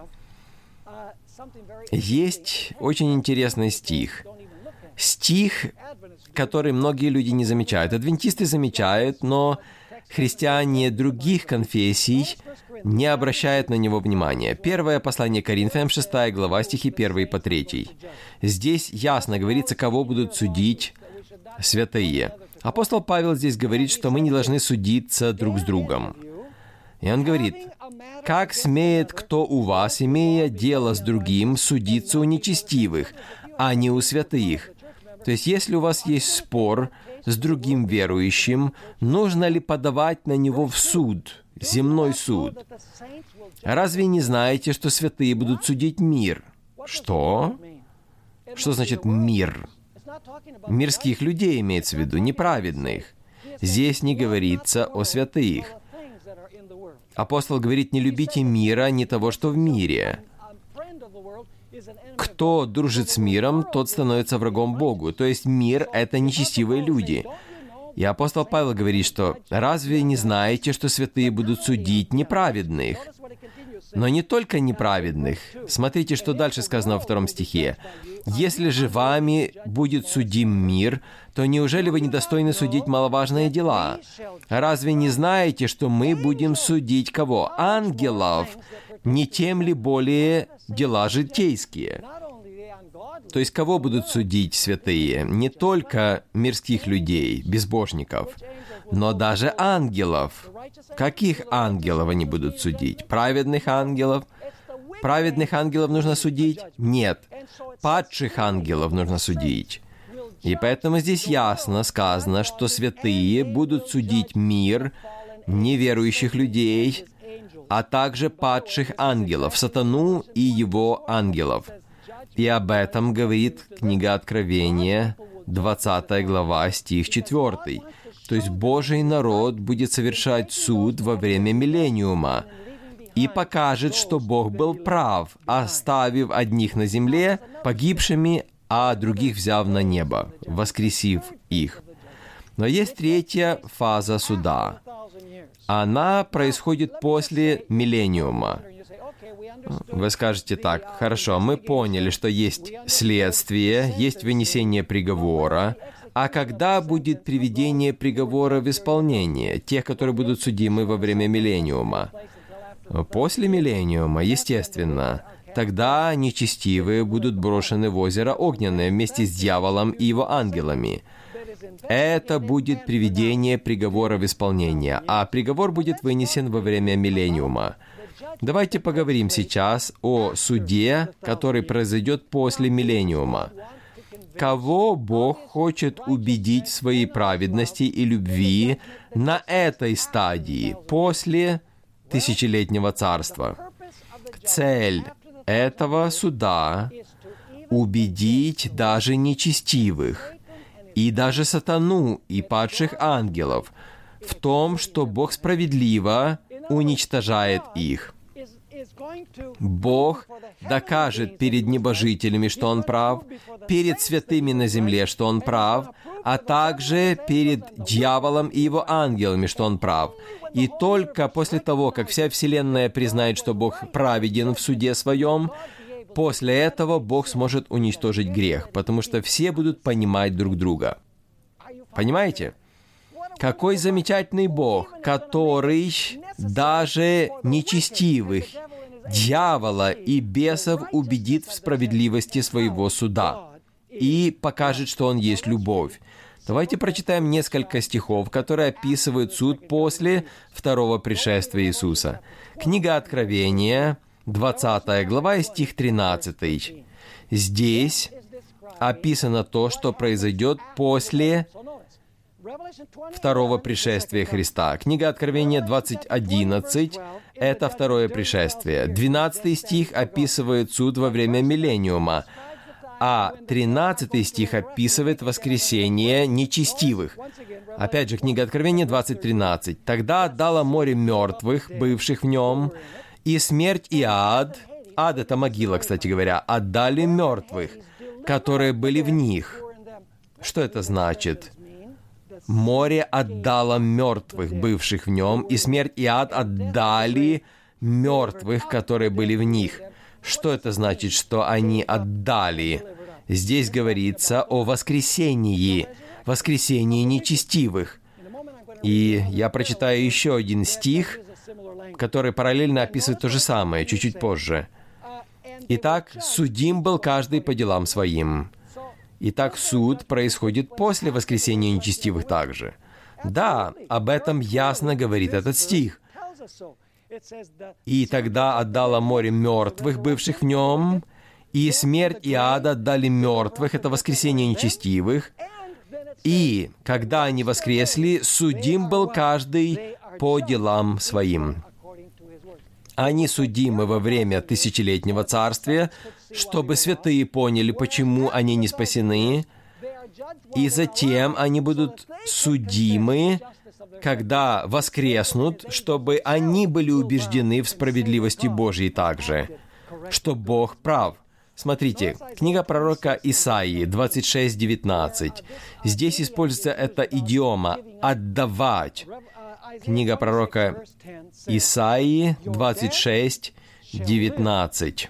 Есть очень интересный стих. Стих, который многие люди не замечают. Адвентисты замечают, но христиане других конфессий не обращают на него внимания. Первое послание Коринфянам, шестая глава, стихи первый по третий. Здесь ясно говорится, кого будут судить святые. Апостол Павел здесь говорит, что мы не должны судиться друг с другом. И он говорит, «Как смеет кто у вас, имея дело с другим, судиться у нечестивых, а не у святых?» То есть, если у вас есть спор с другим верующим, нужно ли подавать на него в суд, земной суд? Разве не знаете, что святые будут судить мир? Что? Что значит «мир»? Мирских людей имеется в виду, неправедных. Здесь не говорится о святых. Апостол говорит, не любите мира, не того, что в мире. Кто дружит с миром, тот становится врагом Богу. То есть мир — это нечестивые люди. И апостол Павел говорит, что «разве не знаете, что святые будут судить неправедных?» Но не только неправедных. Смотрите, что дальше сказано во втором стихе. «Если же вами будет судим мир, то неужели вы недостойны судить маловажные дела? Разве не знаете, что мы будем судить кого? Ангелов, не тем ли более дела житейские?» То есть кого будут судить святые? Не только мирских людей, безбожников, но даже ангелов. Каких ангелов они будут судить? Праведных ангелов? Праведных ангелов нужно судить? Нет. Падших ангелов нужно судить. И поэтому здесь ясно сказано, что святые будут судить мир, неверующих людей, а также падших ангелов, сатану и его ангелов. И об этом говорит книга Откровения, двадцатая глава, стих четвёртый. То есть Божий народ будет совершать суд во время миллениума и покажет, что Бог был прав, оставив одних на земле погибшими, а других взяв на небо, воскресив их. Но есть третья фаза суда. Она происходит после миллениума. Вы скажете так, хорошо, мы поняли, что есть следствие, есть вынесение приговора, а когда будет приведение приговора в исполнение, тех, которые будут судимы во время миллениума? После миллениума, естественно. Тогда нечестивые будут брошены в озеро Огненное вместе с дьяволом и его ангелами. Это будет приведение приговора в исполнение, а приговор будет вынесен во время миллениума. Давайте поговорим сейчас о суде, который произойдет после миллениума. Кого Бог хочет убедить в своей праведности и любви на этой стадии, после тысячелетнего царства? Цель этого суда — убедить даже нечестивых, и даже сатану и падших ангелов в том, что Бог справедливо уничтожает их. Бог докажет перед небожителями, что Он прав, перед святыми на земле, что Он прав, а также перед дьяволом и его ангелами, что Он прав. И только после того, как вся Вселенная признает, что Бог праведен в суде Своем, после этого Бог сможет уничтожить грех, потому что все будут понимать друг друга. Понимаете? Какой замечательный Бог, который даже нечестивых, дьявола и бесов убедит в справедливости своего суда и покажет, что Он есть любовь. Давайте прочитаем несколько стихов, которые описывают суд после второго пришествия Иисуса. Книга Откровения, двадцатая глава, и стих тринадцатый. Здесь описано то, что произойдет после второго пришествия Христа. Книга Откровения двадцать одиннадцать — это второе пришествие. двенадцатый стих описывает суд во время миллениума, а тринадцатый стих описывает воскресение нечестивых. Опять же, книга Откровения двадцать тринадцать. «Тогда отдало море мертвых, бывших в нем, и смерть и ад». Ад — это могила, кстати говоря. «Отдали мертвых, которые были в них». Что это значит? Море отдало мертвых, бывших в нем, и смерть и ад отдали мертвых, которые были в них. Что это значит, что они отдали? Здесь говорится о воскресении, воскресении нечестивых. И я прочитаю еще один стих, который параллельно описывает то же самое, чуть-чуть позже. «Итак, судим был каждый по делам своим». Итак, суд происходит после воскресения нечестивых также. Да, об этом ясно говорит этот стих. «И тогда отдало море мертвых, бывших в нем, и смерть и ад отдали мертвых», это воскресение нечестивых. «И, когда они воскресли, судим был каждый по делам своим». Они судимы во время тысячелетнего царствия, чтобы святые поняли, почему они не спасены, и затем они будут судимы, когда воскреснут, чтобы они были убеждены в справедливости Божьей также, что Бог прав. Смотрите, книга пророка Исаии двадцать шесть девятнадцать. Здесь используется эта идиома «отдавать». Книга пророка Исаии двадцать шесть девятнадцать.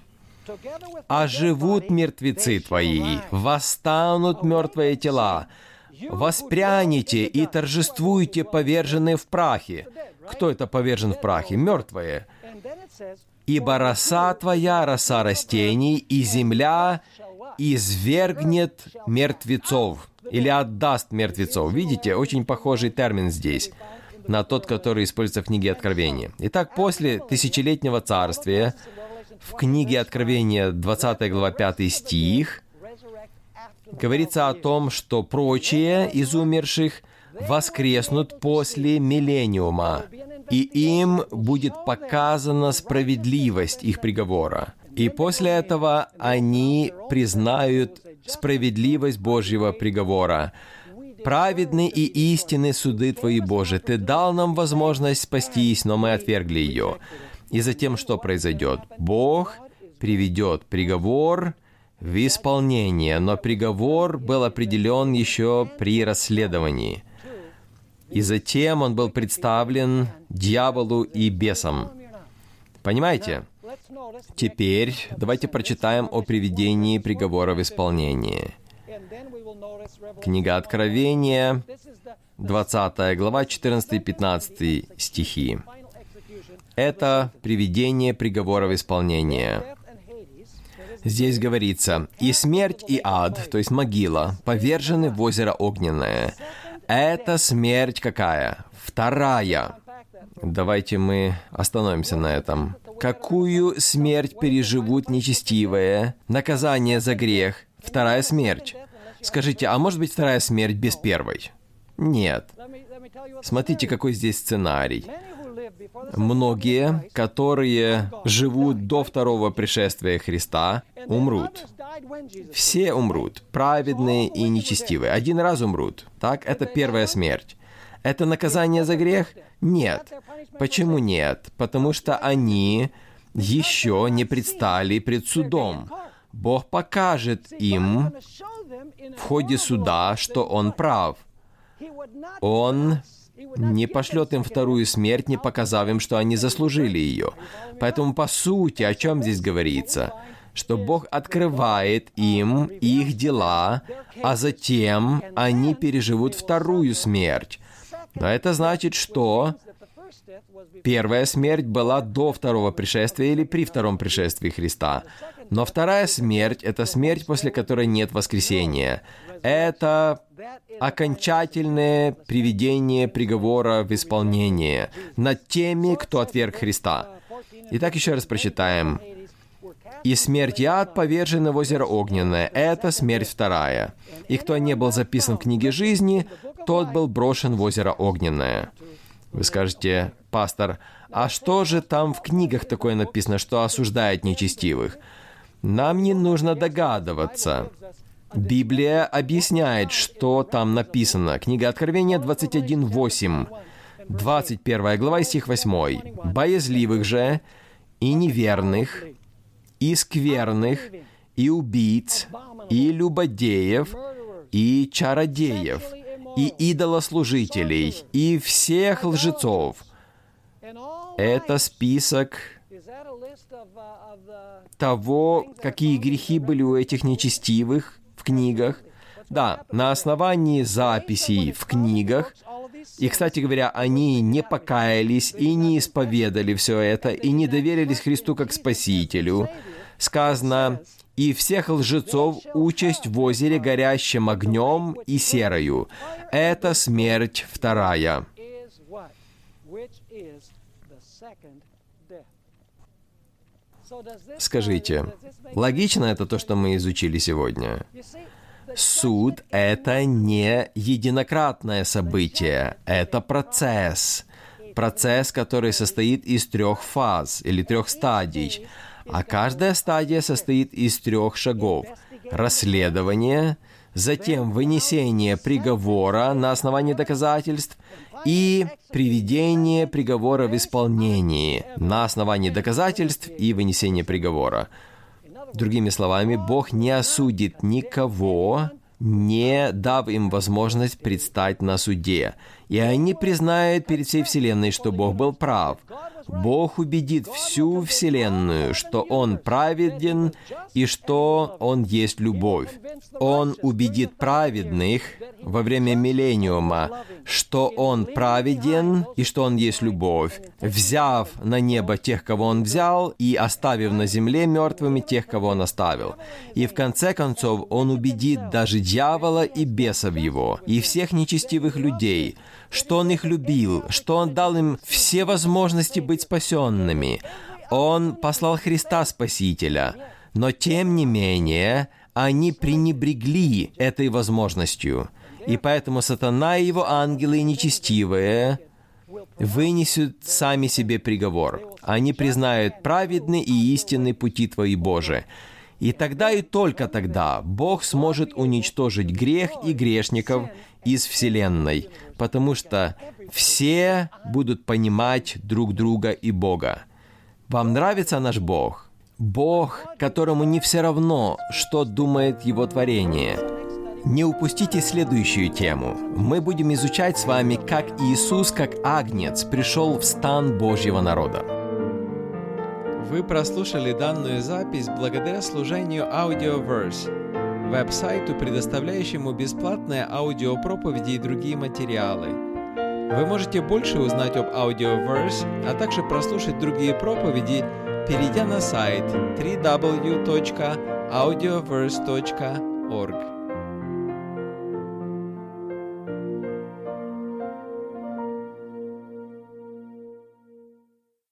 «Оживут мертвецы твои, восстанут мертвые тела, воспряните и торжествуйте поверженные в прахе». Кто это повержен в прахе? Мертвые. «Ибо роса твоя, роса растений, и земля извергнет мертвецов». Или «отдаст мертвецов». Видите, очень похожий термин здесь на тот, который используется в книге Откровения. Итак, после тысячелетнего царствия, в книге Откровения, двадцатая глава, пятый стих, говорится о том, что прочие из умерших воскреснут после миллениума, и им будет показана справедливость их приговора. И после этого они признают справедливость Божьего приговора. «Праведны и истинны суды Твои, Боже, Ты дал нам возможность спастись, но мы отвергли ее». И затем что произойдет? Бог приведет приговор в исполнение, но приговор был определен еще при расследовании. И затем он был представлен дьяволу и бесам. Понимаете? Теперь давайте прочитаем о приведении приговора в исполнение. Книга Откровения, двадцатая глава, четырнадцатый-пятнадцатый стихи. Это приведение приговора в исполнение. Здесь говорится: «И смерть, и ад, то есть могила, повержены в озеро огненное». Это смерть какая? Вторая. Давайте мы остановимся на этом. Какую смерть переживут нечестивые? Наказание за грех. Вторая смерть. Скажите, а может быть вторая смерть без первой? Нет. Смотрите, какой здесь сценарий. Многие, которые живут до второго пришествия Христа, умрут. Все умрут, праведные и нечестивые. Один раз умрут. Так, это первая смерть. Это наказание за грех? Нет. Почему нет? Потому что они еще не предстали пред судом. Бог покажет им в ходе суда, что Он прав. Он не пошлет им вторую смерть, не показав им, что они заслужили ее. Поэтому, по сути, о чем здесь говорится? Что Бог открывает им их дела, а затем они переживут вторую смерть. Но это значит, что первая смерть была до второго пришествия или при втором пришествии Христа. Но вторая смерть — это смерть, после которой нет воскресения. Это окончательное приведение приговора в исполнение над теми, кто отверг Христа. Итак, еще раз прочитаем. И смерть и ад повержены в озеро огненное. Это смерть вторая. И кто не был записан в книге жизни, тот был брошен в озеро огненное. Вы скажете: пастор, а что же там в книгах такое написано, что осуждает нечестивых? Нам не нужно догадываться. Библия объясняет, что там написано. Книга Откровения двадцать один восемь. двадцать первая глава, стих восьмой. «Боязливых же и неверных, и скверных, и убийц, и любодеев, и чародеев, и идолослужителей, и всех лжецов». Это список того, какие грехи были у этих нечестивых в книгах. Да, на основании записей в книгах. И, кстати говоря, они не покаялись и не исповедали все это, и не доверились Христу как Спасителю. Сказано: «И всех лжецов участь в озере, горящем огнем и серою». Это смерть вторая. Скажите, логично это то, что мы изучили сегодня? Суд — это не единократное событие, это процесс. Процесс, который состоит из трех фаз или трех стадий. А каждая стадия состоит из трех шагов. Расследование, затем вынесение приговора на основании доказательств и приведение приговора в исполнении на основании доказательств и вынесения приговора. Другими словами, Бог не осудит никого, не дав им возможность предстать на суде. И они признают перед всей Вселенной, что Бог был прав. Бог убедит всю Вселенную, что Он праведен и что Он есть любовь. Он убедит праведных во время миллениума, что Он праведен и что Он есть любовь, взяв на небо тех, кого Он взял, и оставив на земле мертвыми тех, кого Он оставил. И в конце концов Он убедит даже дьявола и бесов его, и всех нечестивых людей, что Он их любил, что Он дал им все возможности быть спасенными. Он послал Христа Спасителя, но тем не менее они пренебрегли этой возможностью. И поэтому сатана и его ангелы нечестивые вынесут сами себе приговор. Они признают праведны и истинны пути Твои, Боже. И тогда и только тогда Бог сможет уничтожить грех и грешников из Вселенной, потому что все будут понимать друг друга и Бога. Вам нравится наш Бог? Бог, которому не все равно, что думает Его творение. Не упустите следующую тему. Мы будем изучать с вами, как Иисус, как Агнец, пришел в стан Божьего народа. Вы прослушали данную запись благодаря служению Audioverse, веб-сайту, предоставляющему бесплатные аудиопроповеди и другие материалы. Вы можете больше узнать об Audioverse, а также прослушать другие проповеди, перейдя на сайт дабл ю дабл ю дабл ю точка аудиоверс точка орг.